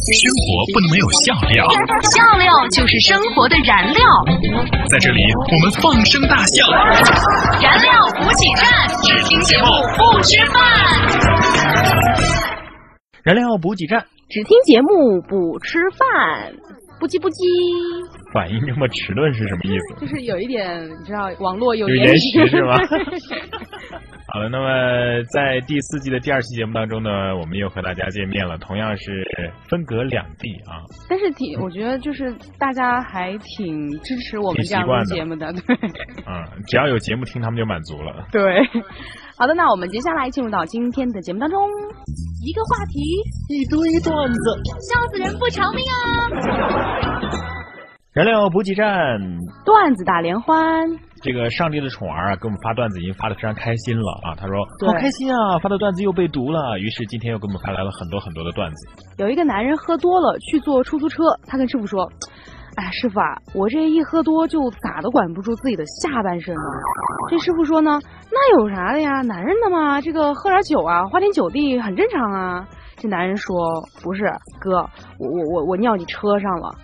生活不能没有笑料， 笑料就是生活的燃料。 在这里，我们放声大笑。 燃料补给站，只听节目不吃饭。 燃料补给站， 只听节目不吃饭。不叽不叽。 反应这么迟钝是什么意思？ 就是有一点，你知道，网络有延时是吗？好了，那么在第4季的第2期节目当中呢，我们又和大家见面了，同样是分隔两地啊。 但是我觉得就是大家还挺支持我们这样的节目的，对。 只要有节目听，他们就满足了。 对。好的，那我们接下来进入到今天的节目当中，一个话题， 一堆段子， 笑死人不偿命啊！ 燃料补给站， 段子大联欢。 这个上帝的宠儿啊，给我们发段子已经发得非常开心了啊！他说好开心啊，发的段子又被读了。于是今天又给我们发来了很多很多的段子。 有一个男人喝多了去坐出租车，他跟师傅说：“哎，师傅啊，我这一喝多就咋都管不住自己的下半身了。”这师傅说呢：“那有啥的呀，男人的嘛，这个喝点酒啊，花天酒地很正常啊。”这男人说：“不是哥，我尿你车上了。”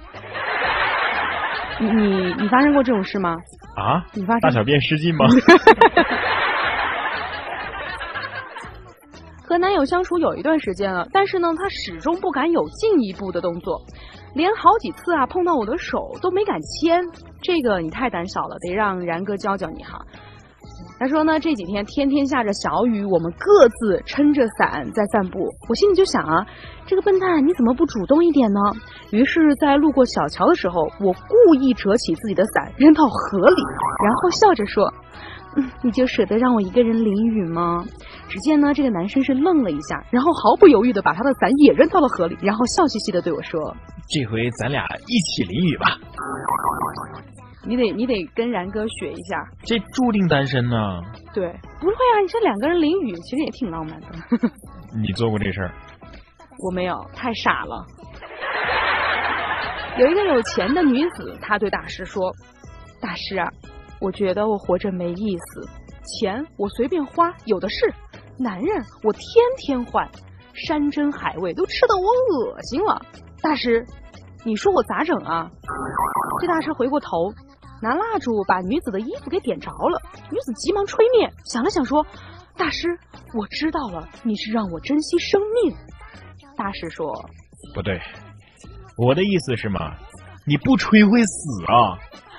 你发生过这种事吗？ 啊？你发生大小便失禁吗？ 和男友相处有一段时间了，但是呢，他始终不敢有进一步的动作，连好几次啊碰到我的手都没敢牵。这个你太胆小了，得让然哥教教你哈。他说呢，这几天天天下着小雨，我们各自撑着伞在散步。我心里就想啊，这个笨蛋你怎么不主动一点呢？于是，在路过小桥的时候，我故意折起自己的伞扔到河里，然后笑着说：“你就舍得让我一个人淋雨吗？”只见呢，这个男生是愣了一下，然后毫不犹豫的把他的伞也扔到了河里，然后笑嘻嘻的对我说：“ 这回咱俩一起淋雨吧。” 你得跟然哥学一下。 这注定单身呢？ 对，不会啊，你这2个人淋雨其实也挺浪漫的。 你做过这事儿？ 我没有，太傻了。有一个有钱的女子，她对大师说：“大师啊，我觉得我活着没意思，钱我随便花有的是，男人我天天换，山珍海味都吃得我恶心了。大师，你说我咋整啊？”这大师回过头，拿蜡烛把女子的衣服给点着了，女子急忙吹灭，想了想说：“大师，我知道了，你是让我珍惜生命。”大师说：“ 不对，我的意思是嘛，你不吹会死啊。”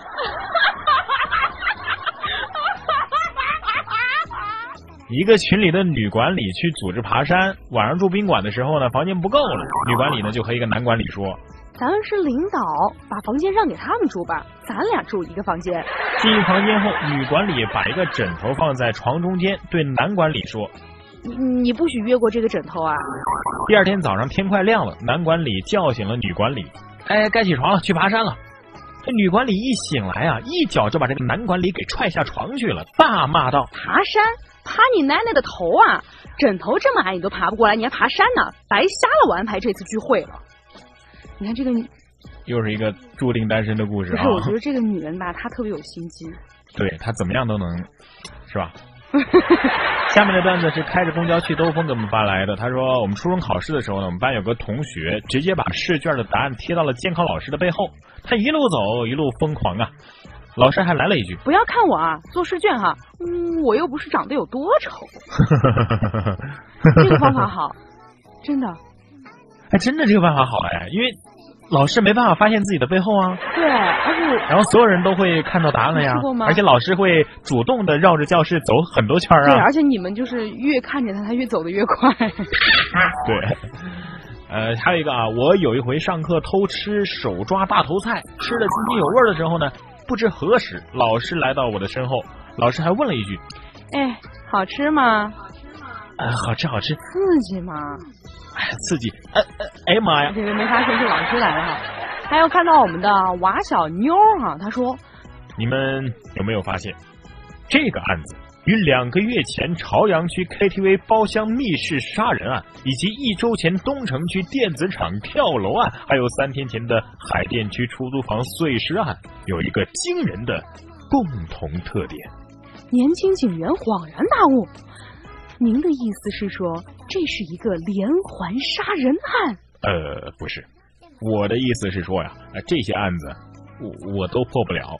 一个群里的女管理去组织爬山，晚上住宾馆的时候呢，房间不够了，女管理呢就和一个男管理说：“ 咱们是领导，把房间让给他们住吧，咱俩住一个房间。” 进房间后，女管理把一个枕头放在床中间，对男管理说：“ 你不许越过这个枕头啊！” 第2天早上天快亮了，男管理叫醒了女管理：“哎，该起床了，去爬山了。”这女管理一醒来啊，一脚就把这个男管理给踹下床去了，大骂道：“ 爬山？爬你奶奶的头啊！枕头这么矮你都爬不过来，你还爬山呢？白瞎了我安排这次聚会了。”你看这个又是一个注定单身的故事啊！ 不是，我觉得这个女人吧，她特别有心机。 对，她怎么样都能，是吧？下面的段子是开着公交去兜风给我们发来的。他说，我们初中考试的时候呢，我们班有个同学直接把试卷的答案贴到了监考老师的背后，他一路走一路疯狂啊。老师还来了一句：“ 不要看我啊，做试卷哈，我又不是长得有多丑。”这个方法好，真的。 哎，真的这个办法好哎，因为老师没办法发现自己的背后啊。 对，而且然后所有人都会看到答案了呀。而且老师会主动的绕着教室走很多圈啊。 对，而且你们就是越看着他越走得越快。 对。还有一个啊，我有一回上课偷吃手抓大头菜，吃的津津有味的时候呢，不知何时老师来到我的身后，老师还问了一句：“ 哎，好吃吗？” 好吃好吃。 刺激吗？ 哎，刺激！哎呀妈呀！ 这个没发现是老师来了哈。还有看到我们的娃小妞哈，他说：“ 你们有没有发现，这个案子与2个月前朝阳区 KTV 包厢密室杀人案，以及1周前东城区电子厂跳楼案，还有3天前的海淀区出租房碎尸案，有一个惊人的共同特点？” 年轻警员恍然大悟。您的意思是说，这是一个连环杀人案？ 不是，我的意思是说呀，这些案子我都破不了。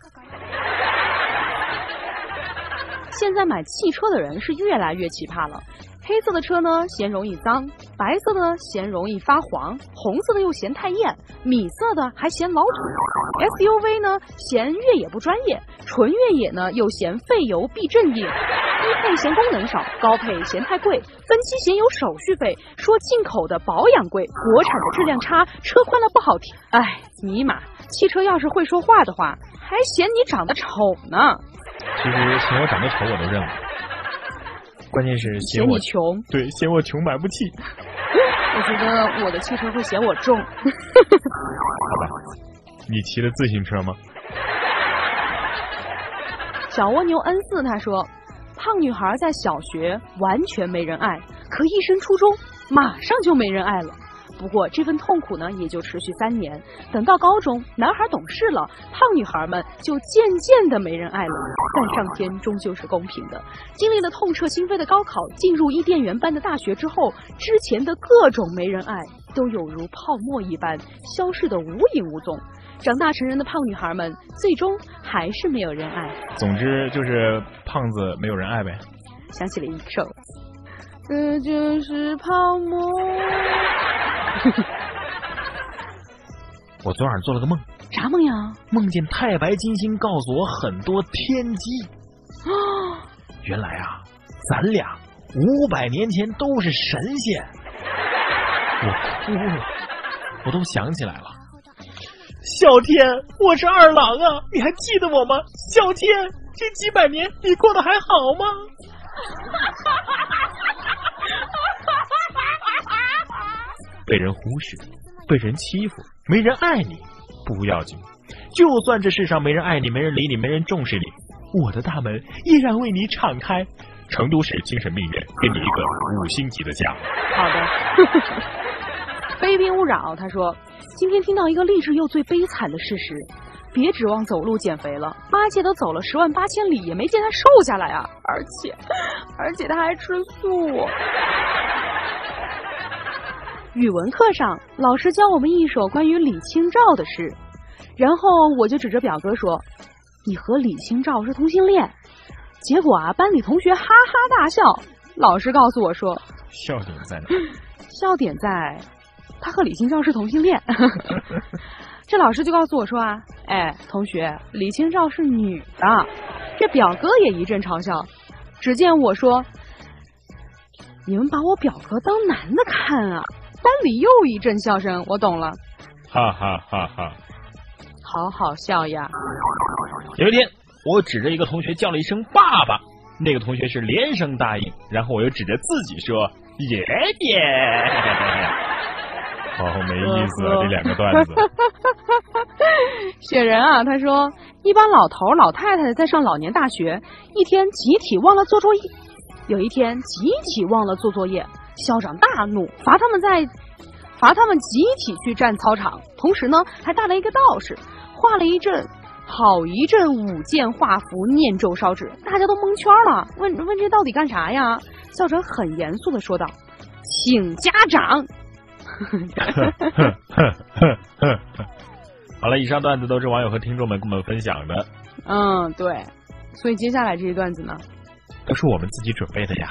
现在买汽车的人是越来越奇葩了。黑色的车呢嫌容易脏，白色的嫌容易发黄，红色的又嫌太艳，米色的还嫌老土。SUV 呢嫌越野不专业，纯越野呢又嫌费油避震硬，低配嫌功能少，高配嫌太贵，分期嫌有手续费，说进口的保养贵，国产的质量差，车宽了不好听。哎，尼玛，汽车要是会说话的话，还嫌你长得丑呢。 其实嫌我长得丑我都认了，关键是嫌你穷， 对，嫌我穷买不起。 我觉得我的汽车会嫌我重。好吧，你骑的自行车吗？ 小蜗牛 N4 他说，胖女孩在小学完全没人爱，可一升初中马上就没人爱了。不过这份痛苦呢也就持续3年，等到高中男孩懂事了，胖女孩们就渐渐的没人爱了。但上天终究是公平的，经历了痛彻心扉的高考，进入伊甸园般的大学之后，之前的各种没人爱都有如泡沫一般消失得无影无踪。长大成人的胖女孩们最终还是没有人爱。 总之就是胖子没有人爱呗。 想起了一首，这就是泡沫。 我昨晚做了个梦。 啥梦呀？ 梦见太白金星告诉我很多天机。原来啊，咱俩500年前都是神仙。我哭了，我都想起来了。小天，我是二郎啊，你还记得我吗？小天，这几百年你过得还好吗？被人忽视，被人欺负，没人爱你，不要紧。就算这世上没人爱你，没人理你，没人重视你，我的大门依然为你敞开。成都市精神病院给你一个5星级的家。 好的。非宾勿扰他说，今天听到一个励志又最悲惨的事实，别指望走路减肥了，八戒都走了108000里也没见他瘦下来啊，而且他还吃素。语文课上，老师教我们一首关于李清照的诗，然后我就指着表哥说，你和李清照是同性恋。结果啊，班里同学哈哈大笑。老师告诉我说， 笑点在哪？ 笑点在他和李清照是同性恋。这老师就告诉我说啊，哎，同学，李清照是女的。这表哥也一阵嘲笑。只见我说，你们把我表哥当男的看啊。班里又一阵笑声，我懂了， 哈哈哈哈， 好好笑呀。 有一天，我指着一个同学叫了一声爸爸，那个同学是连声答应，然后我又指着自己说爷爷。好没意思啊，这两个段子。 雪人啊，他说，一般老头老太太在上老年大学，一天集体忘了做作业。有一天集体忘了做作业，校长大怒，罚他们集体去站操场，同时呢还带了一个道士，画了好一阵舞剑画符念咒烧纸，大家都蒙圈了，问这到底干啥呀？校长很严肃的说道，请家长。 好了，以上段子都是网友和听众们跟我们分享的。 对，所以接下来这些段子呢都是我们自己准备的呀。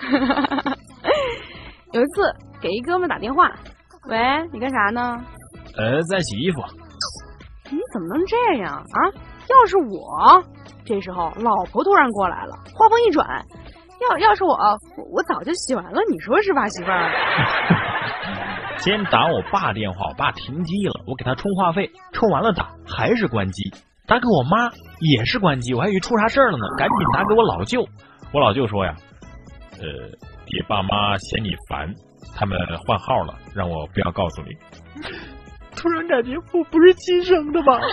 有一次给一哥们打电话，喂，你干啥呢？ 在洗衣服。 你怎么能这样啊？要是我，这时候老婆突然过来了，话锋一转，要是我早就洗完了，你说是吧，媳妇儿？ 先打我爸电话，我爸停机了，我给他充话费，充完了打还是关机，打给我妈也是关机，我还以为出啥事了呢，赶紧打给我老舅。我老舅说呀，你爸妈嫌你烦，他们换号了，让我不要告诉你。突然感觉我不是亲生的吧？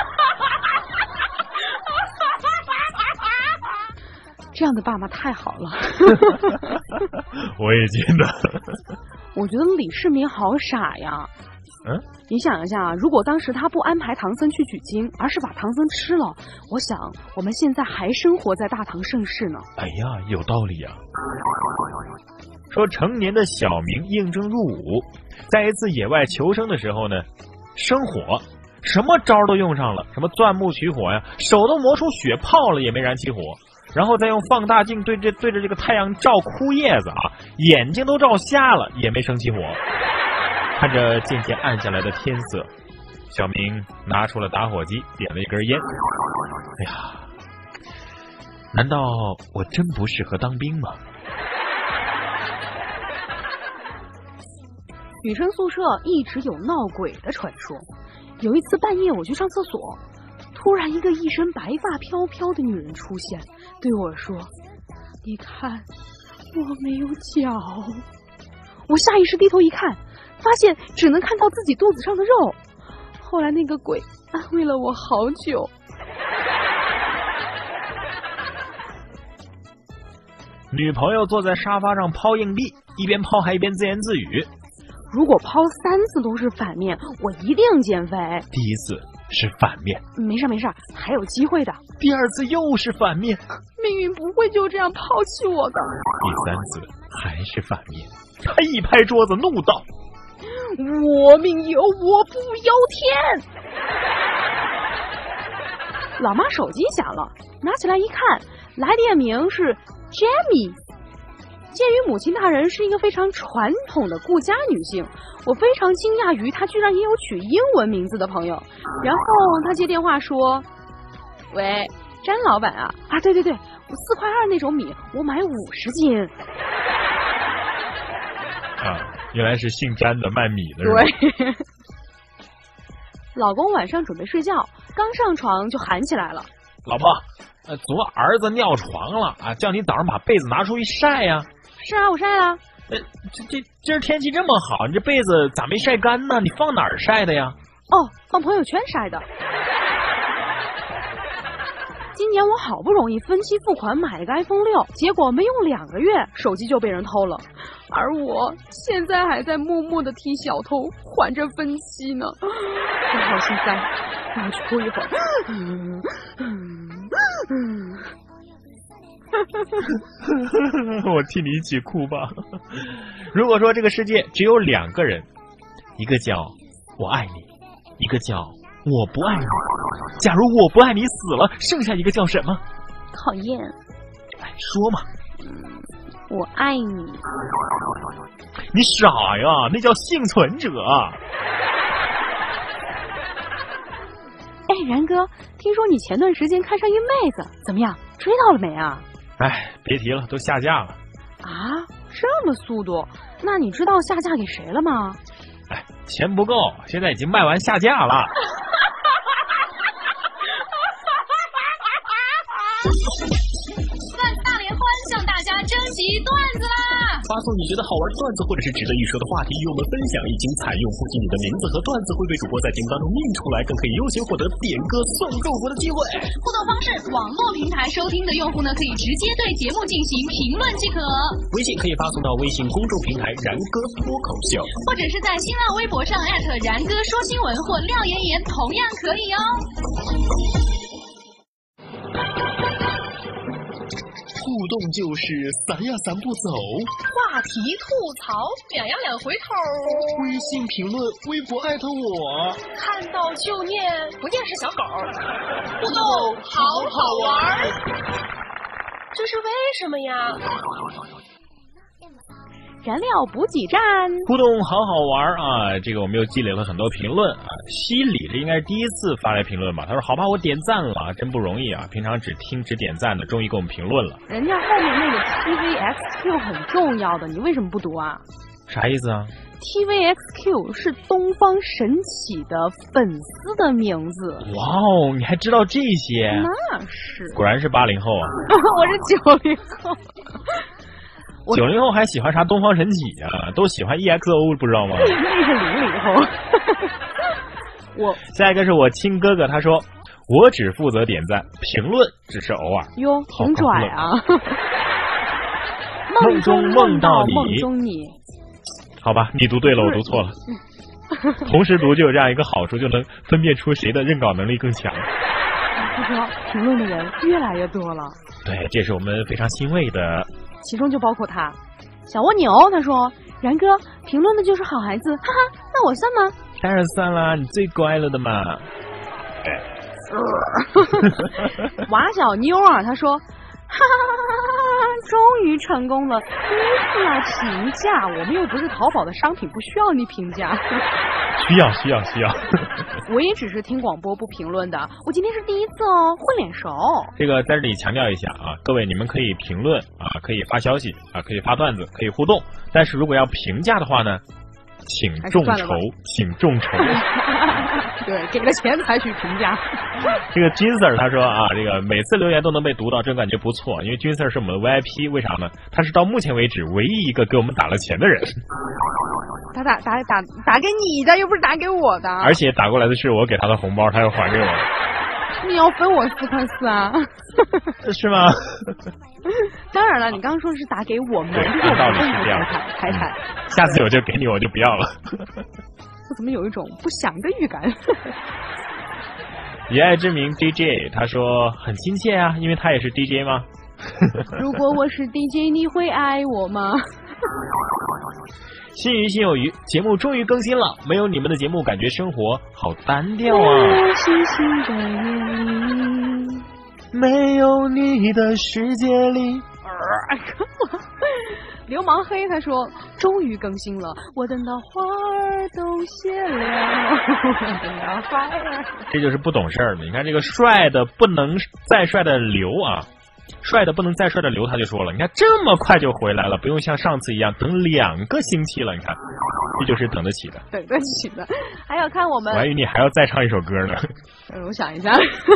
这样的爸妈太好了。 我也觉得。 我觉得李世民好傻呀。你想一下，如果当时他不安排唐僧去取经，而是把唐僧吃了，我想我们现在还生活在大唐盛世呢。 哎呀，有道理呀。 说成年的小明应征入伍，在一次野外求生的时候呢，生火，什么招都用上了，什么钻木取火呀，手都磨出血泡了也没燃起火，然后再用放大镜对着这个太阳照枯叶子啊，眼睛都照瞎了也没生起火。看着渐渐暗下来的天色，小明拿出了打火机，点了一根烟。哎呀，难道我真不适合当兵吗？ 女生宿舍一直有闹鬼的传说。有一次半夜我去上厕所，突然一个一身白发飘飘的女人出现，对我说：“你看，我没有脚。”我下意识低头一看，发现只能看到自己肚子上的肉。后来那个鬼安慰了我好久。 女朋友坐在沙发上抛硬币，一边抛还一边自言自语： 如果抛3次都是反面，我一定减肥。 第一次是反面， 没事，还有机会的。 第二次又是反面， 命运不会就这样抛弃我的。 第3次还是反面，他一拍桌子怒道： 我命由我不由天。老妈手机响了，拿起来一看，来电名是 Jamie。鉴于母亲大人是一个非常传统的顾家女性，我非常惊讶于她居然也有取英文名字的朋友。然后她接电话说：喂，詹老板啊，对，我4.2块那种米，我买50斤。 原来是姓詹的卖米的。对。 老公晚上准备睡觉，刚上床就喊起来了： 老婆，昨儿子尿床了啊，叫你早上把被子拿出去晒呀。 是啊，我晒了。 今儿天气这么好，你这被子咋没晒干呢？你放哪儿晒的呀？ 放朋友圈晒的。今年我好不容易分期付款买了个 iPhone 6，结果没用2个月，手机就被人偷了，而我现在还在默默的替小偷还着分期呢，我好心塞，让我去哭一会儿。 我替你一起哭吧。如果说这个世界只有2个人，一个叫我爱你，一个叫我不爱你，假如我不爱你死了，剩下一个叫什么？ 讨厌。 说嘛。 我爱你。 你傻呀，那叫幸存者。 然哥，听说你前段时间看上一妹子，怎么样？追到了没啊？ 别提了，都下架了。 啊，这么速度？那你知道下架给谁了吗？ 钱不够，现在已经卖完下架了。 段子大联欢向大家征集段子啦！ 发送你觉得好玩的段子或者是值得一说的话题与我们分享，一经采用，附近你的名字和段子会被主播在节目当中念出来，更可以优先获得点歌送肉果的机会。 互动方式：网络平台收听的用户呢，可以直接对节目进行评论即可。 微信可以发送到微信公众平台然哥脱口秀， 或者是在新浪微博上然哥说新闻或廖妍妍，同样可以哦。 互动就是散呀散不走， 话题吐槽，两呀两回头。 微信评论，微博艾特我， 看到就念，不念是小狗。互动好好玩，这是为什么呀？ 燃料补给站， 互动好好玩啊！这个我们又积累了很多评论啊。西里这应该是第一次发来评论吧？他说：“好吧，我点赞了，真不容易啊！平常只听只点赞的，终于给我们评论了。” 人家后面那个 TVXQ 很重要的，你为什么不读啊？ 啥意思啊 ？TVXQ 是东方神起的粉丝的名字。 哇哦，你还知道这些？ 那是， 果然是80后啊！ 我是90后。 90后还喜欢啥东方神起啊？都喜欢 EXO， 不知道吗？ 那是00后。 下一个是我亲哥哥，他说我只负责点赞，评论只是偶尔。 哟，挺拽啊！ 梦中梦到你， 梦中你。 好吧，你读对了，我读错了。同时读就有这样一个好处，就能分辨出谁的认稿能力更强。 他说评论的人越来越多了。 对，这是我们非常欣慰的。 其中就包括他。 小蜗牛他说，然哥评论的就是好孩子，哈哈，那我算吗？ 当然算啦，你最乖了的嘛。 瓦小妞啊，他说，哈哈，终于成功了，第一次啊评价，我们又不是淘宝的商品，不需要你评价。 需要。 我也只是听广播不评论的，我今天是第一次哦，混脸熟。 这个在这里强调一下啊，各位你们可以评论啊，可以发消息啊，可以发段子，可以互动，但是如果要评价的话呢，请众筹，请众筹。 对，给了钱才去评价。 这个金 Sir 他说啊，这个每次留言都能被读到，这感觉不错，因为金 Sir 是我们的 VIP， 为啥呢？他是到目前为止唯一一个给我们打了钱的人。 他打给你的，又不是打给我的。 而且打过来的是我给他的红包，他要还给我。 你要分我4块4啊？ 是吗？ 当然了，你刚刚说的是打给我们， 对，按道理是这样。 开台。 下次我就给你，我就不要了。 我怎么有一种不祥的预感？ 以爱之名 DJ 他说很亲切啊，因为他也是 DJ 吗？ 如果我是 DJ， 你会爱我吗？ 心鱼心有余，节目终于更新了，没有你们的节目感觉生活好单调啊。 星星的夜里， 没有你的世界里。 流氓黑他说终于更新了，我等到花儿都谢了，我等到花儿。 这就是不懂事儿的。你看这个帅的不能再帅的刘啊，帅的不能再帅的刘他就说了，你看这么快就回来了，不用像上次一样等2个星期了，你看这就是等得起的， 等得起的。还要看我们， 我还以为你还要再唱一首歌呢。 我想一下。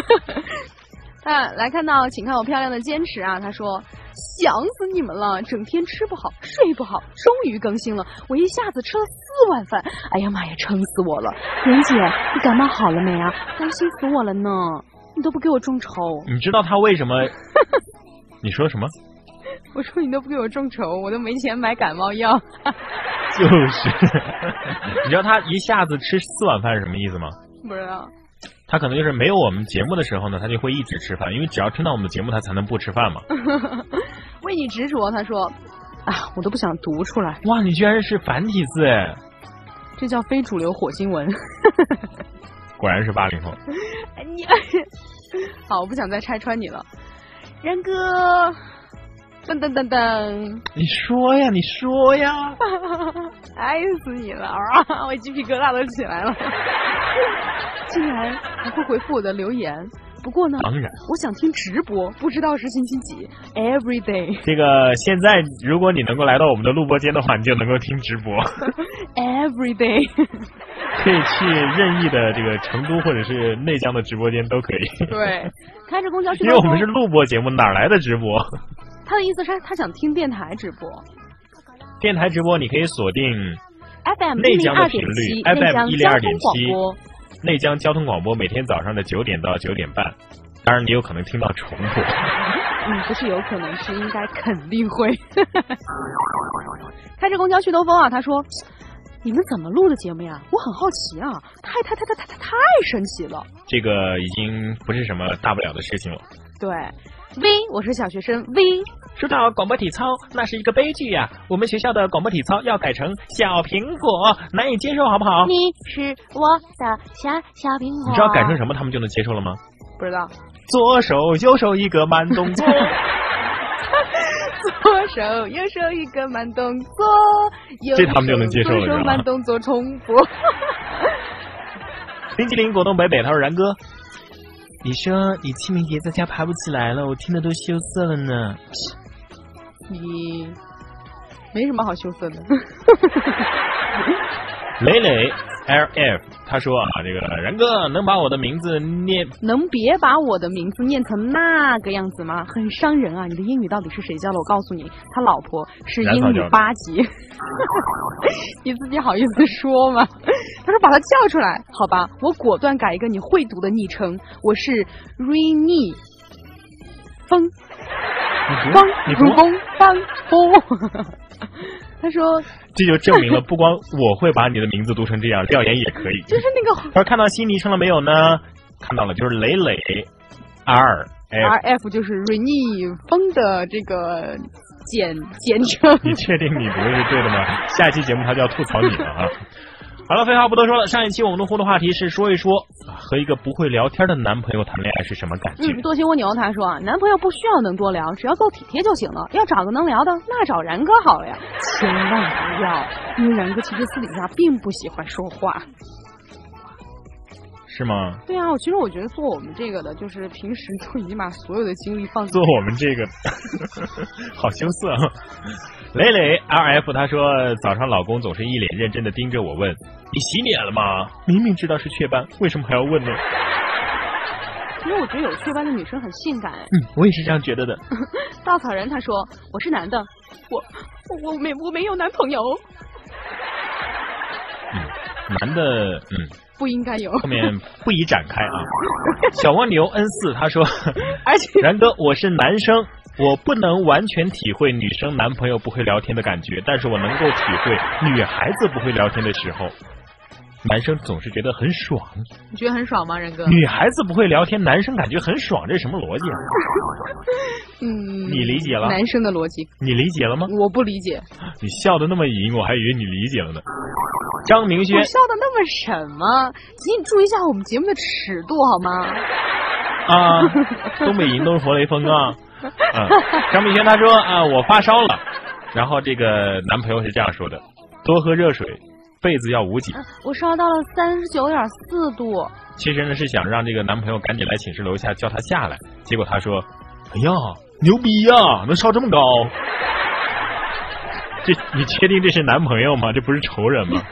来看到请看我漂亮的坚持啊，他说想死你们了，整天吃不好睡不好，终于更新了，我一下子吃了4碗饭，哎呀妈呀，撑死我了。妍姐你感冒好了没啊？担心死我了呢，你都不给我众筹。 你知道他为什么？你说什么？ 我说你都不给我众筹，我都没钱买感冒药。 就是你知道他一下子吃4碗饭是什么意思吗？ 不知道。 他可能就是没有我们节目的时候呢，他就会一直吃饭，因为只要听到我们的节目他才能不吃饭嘛。 为你执着，他说啊，我都不想读出来。 哇，你居然是繁体字哎！ 这叫非主流火星文。 果然是80后。 你好，我不想再拆穿你了，然哥。噔噔噔噔， 你说呀，你说呀， 爱死你了啊！我鸡皮疙瘩都起来了。竟然还会回复我的留言，不过呢， 当然， 我想听直播，不知道是星期几 ，every day。 这个现在，如果你能够来到我们的录播间的话，你就能够听直播。 every day。 可以去任意的这个成都或者是内江的直播间都可以。 对，开着公交去。 因为我们是录播节目，哪来的直播？ 他的意思是他想听电台直播。 电台直播你可以锁定 FM 内江的频率 FM 102.7，内江交通广播每天早上的9点到9点半。当然你有可能听到重播。 不是有可能，是应该肯定会。开着公交去兜风啊，他说你们怎么录的节目呀？我很好奇啊，太神奇了。 这个已经不是什么大不了的事情了。 对 V， 我是小学生 V。 说到广播体操，那是一个悲剧呀！我们学校的广播体操要改成小苹果，难以接受，好不好？ 你是我的小苹果。 你知道改成什么他们就能接受了吗？ 不知道。 左手右手一个慢动作。 左手右手一个慢动作， 这他们就能接受了， 左手慢动作重复。 冰淇淋果冻北北，他说然哥，你说你清明节在家爬不起来了，我听得都羞涩了呢。 你没什么好羞涩的。 磊磊 LF 他说啊，这个然哥能把我的名字念， 能别把我的名字念成那个样子吗？很伤人啊！你的英语到底是谁教的？我告诉你，他老婆是英语8级。你自己好意思说吗？他说把他叫出来，好吧，我果断改一个你会读的昵称，我是 Rainy 风。你读风。他说这就证明了不光我会把你的名字读成这样，廖岩也可以。 就是那个他说看到新昵称了没有呢？看到了，就是磊磊 RF 就是 Rainy 风的这个简称。 你确定你读的是对的吗？下期节目他就要吐槽你了啊！好了，废话不多说了。上一期我们的互动话题是说一说和一个不会聊天的男朋友谈恋爱是什么感觉。 多心蜗牛他说，男朋友不需要能多聊，只要够体贴就行了。要找个能聊的，那找然哥好了呀。千万不要，因为然哥其实私底下并不喜欢说话。 是吗？ 对啊，其实我觉得做我们这个的，就是平时就已经把所有的精力放做我们这个，好羞涩啊！磊磊 RF 他说，早上老公总是一脸认真的盯着我问：“你洗脸了吗？”明明知道是雀斑，为什么还要问呢？ 其实我觉得有雀斑的女生很性感。 我也是这样觉得的。 稻草人他说，我是男的，我没有男朋友。 男的， 不应该有。 后面不宜展开啊。小蜗牛 N4 他说， 而且然哥，我是男生，我不能完全体会女生男朋友不会聊天的感觉，但是我能够体会女孩子不会聊天的时候，男生总是觉得很爽。 你觉得很爽吗，然哥？ 女孩子不会聊天，男生感觉很爽，这是什么逻辑啊？你理解了？ 男生的逻辑， 你理解了吗？我不理解。 你笑得那么淫，我还以为你理解了呢。张明轩， 我笑得那么什么？请你注意一下我们节目的尺度好吗？ 啊，东北淫都是活雷锋啊！张明轩他说我发烧了，然后这个男朋友是这样说的：多喝热水，被子要捂紧。 我烧到了39.4度。 其实呢是想让这个男朋友赶紧来寝室楼下叫他下来，结果他说：“哎呀，牛逼呀，能烧这么高！”你确定这是男朋友吗？这不是仇人吗？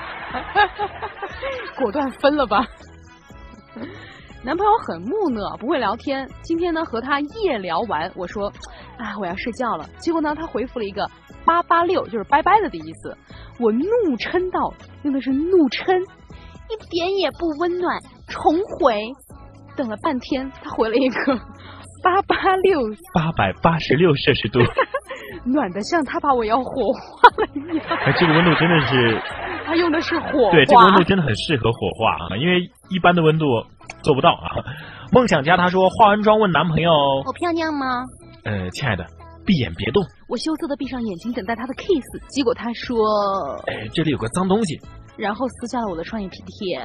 果断分了吧。男朋友很木讷，不会聊天。今天呢和他夜聊完，我说我要睡觉了。结果呢他回复了一个886，就是拜拜的的意思。我怒嗔道，用的是怒嗔，一点也不温暖，重回。等了半天，他回了一个886 886摄氏度， 暖得像他把我要火化了一样。 这个温度真的是， 他用的是火化。 对，这个温度真的很适合火化啊，因为一般的温度做不到啊。梦想家他说，化完妆问男朋友：“ 我漂亮吗？” 亲爱的，闭眼别动。 我羞涩的闭上眼睛，等待他的 kiss。结果他说：“ 这里有个脏东西。” 然后撕下了我的双眼皮贴。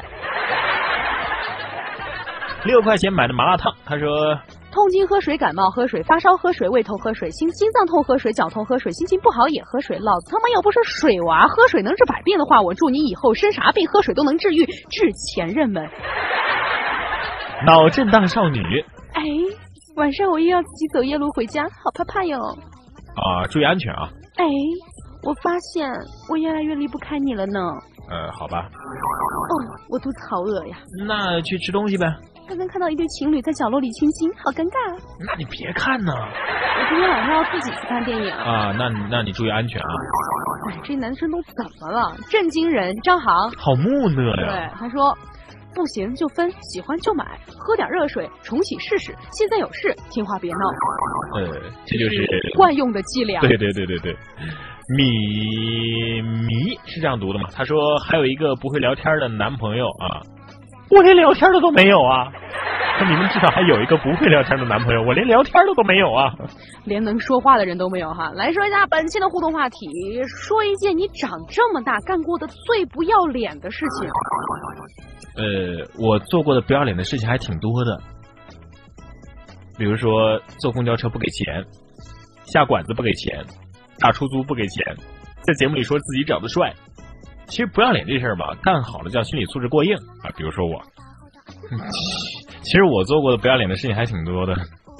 6块钱买的麻辣烫，他说： 痛经喝水，感冒喝水，发烧喝水，胃痛喝水，心脏痛喝水，脚痛喝水，心情不好也喝水。老子他妈要不是水娃，喝水能治百病的话，我祝你以后生啥病喝水都能治愈。致前任们。 脑震荡少女， 晚上我又要自己走夜路回家，好怕怕哟。 注意安全啊。 我发现我越来越离不开你了呢。 好吧。 我肚子好饿呀。 那去吃东西呗。 刚刚看到一对情侣在角落里亲亲，好尴尬。 那你别看呢。 我今天晚上要自己去看电影啊。那你注意安全啊。 这男生都怎么了？震惊人，张航好木讷呀。 对，他说不行就分，喜欢就买，喝点热水，重启试试。现在有事，听话别闹。 这就是惯用的伎俩。 对。米是这样读的吗？他说还有一个不会聊天的男朋友啊，我连聊天的都没有啊。你们至少还有一个不会聊天的男朋友，我连聊天的都没有啊， 连能说话的人都没有哈。来说一下本期的互动话题，说一件你长这么大干过的最不要脸的事情。 我做过的不要脸的事情还挺多的，比如说坐公交车不给钱，下馆子不给钱，打出租不给钱，在节目里说自己长得帅。其实不要脸这事儿吧，干好了叫心理素质过硬啊。比如说我，其实我做过的不要脸的事情还挺多的，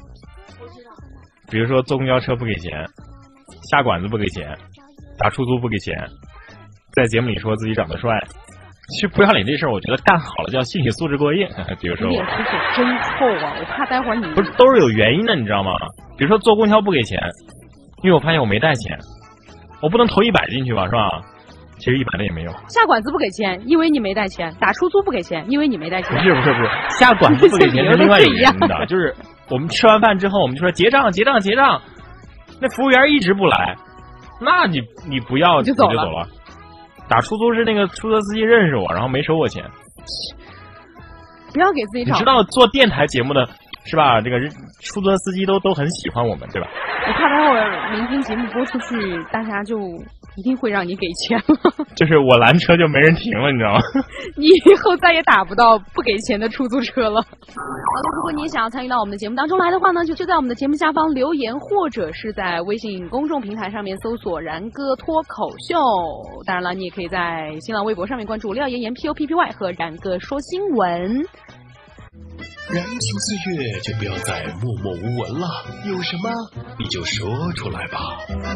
比如说坐公交车不给钱，下馆子不给钱，打出租不给钱，在节目里说自己长得帅。其实不要脸这事儿，我觉得干好了叫心理素质过硬。比如说我， 脸皮可真厚啊！我怕待会儿你不是都是有原因的，你知道吗？比如说坐公交不给钱，因为我发现我没带钱，我不能投100进去吧，是吧？其实100的也没有。 下馆子不给钱，因为你没带钱；打出租不给钱，因为你没带钱。 不是，下馆子不给钱是另外一个原因的，就是我们吃完饭之后，我们就说结账，那服务员一直不来，那你不要你就走了。打出租是那个出租车司机认识我，然后没收我钱。 不要给自己找。 你知道做电台节目的是吧？这个出租车司机都很喜欢我们，对吧？ 我怕待会儿明天节目播出去，大家就一定会让你给钱了。 就是我拦车就没人停了，你知道吗？ 你以后再也打不到不给钱的出租车了。好的，如果你也想要参与到我们的节目当中来的话呢，就在我们的节目下方留言，或者是在微信公众平台上面搜索然哥脱口秀。当然了，你也可以在新浪微博上面关注廖妍妍 POPPY 和然哥说新闻。 燃情岁月就不要再默默无闻了，有什么你就说出来吧。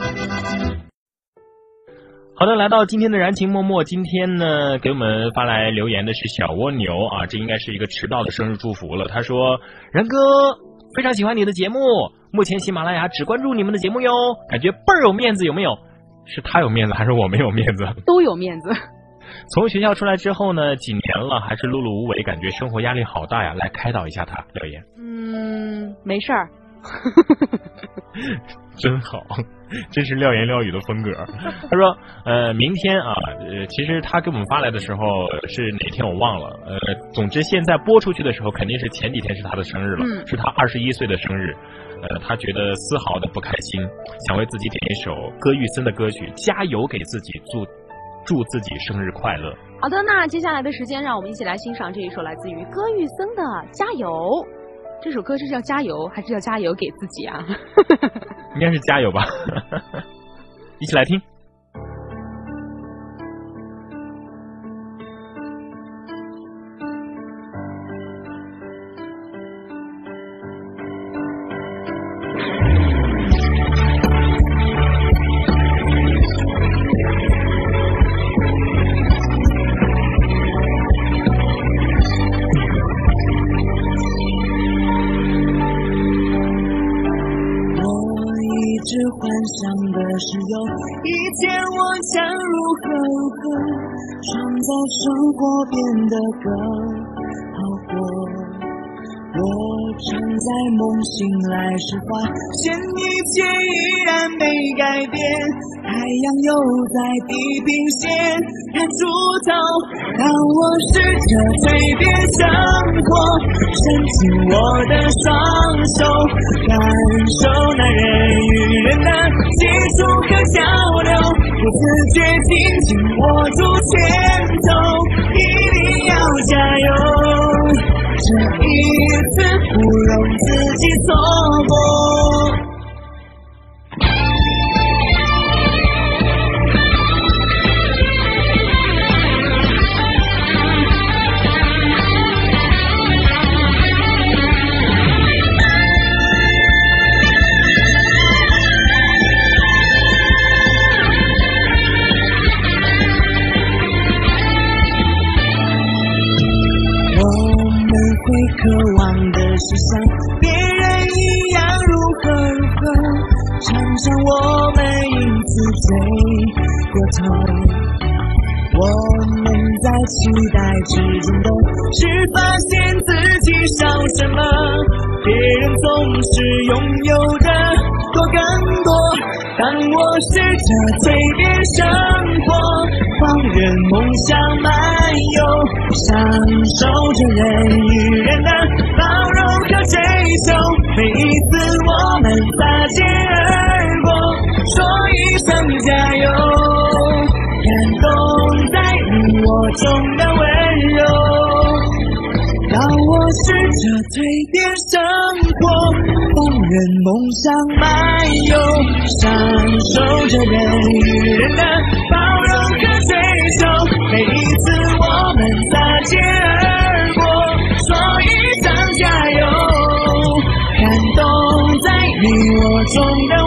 好的，来到今天的燃情脉脉，今天呢给我们发来留言的是小蜗牛啊，这应该是一个迟到的生日祝福了。他说：然哥非常喜欢你的节目，目前喜马拉雅只关注你们的节目哟，感觉倍儿有面子，有没有？是他有面子还是我没有面子？ 都有面子。 从学校出来之后呢，几年了还是碌碌无为，感觉生活压力好大呀，来开导一下他。廖岩， 没事儿。 真好，真是廖言廖语的风格。他说明天啊，其实他给我们发来的时候是哪天我忘了，总之现在播出去的时候肯定是前几天是他的生日了，是他21岁的生日。他觉得丝毫的不开心，想为自己点一首歌玉森的歌曲，加油给自己，祝自己生日快乐。 好的，那接下来的时间让我们一起来欣赏这一首来自于歌玉森的《加油》。这首歌是叫加油还是叫加油给自己啊？ 应该是加油吧。一起来听。 幻想的是有一天我将如何常在生活变得更好过。我常在梦醒来时发现一切依然没改变，太阳又在地平线探出头。当我试着蜕变生活，伸进我的双手，感受那人与人的接触和交流，不自觉紧紧握住拳头，一定要加油，这一次不容自己错过。渴望的是像别人一样如何常常我们因此醉过头。我们在期待之中都是发现自己少什么，别人总是拥有的多更多。当我试着蜕变生活，放任梦想漫游，享受着人与人的包容和追求。每一次我们擦肩而过，说一声加油，感动在你我中的温柔。当我试着蜕变生活，放任梦想漫游，享受着人与人的包容和追求。每一次我们擦肩而过，说一声加油，感动在你我中的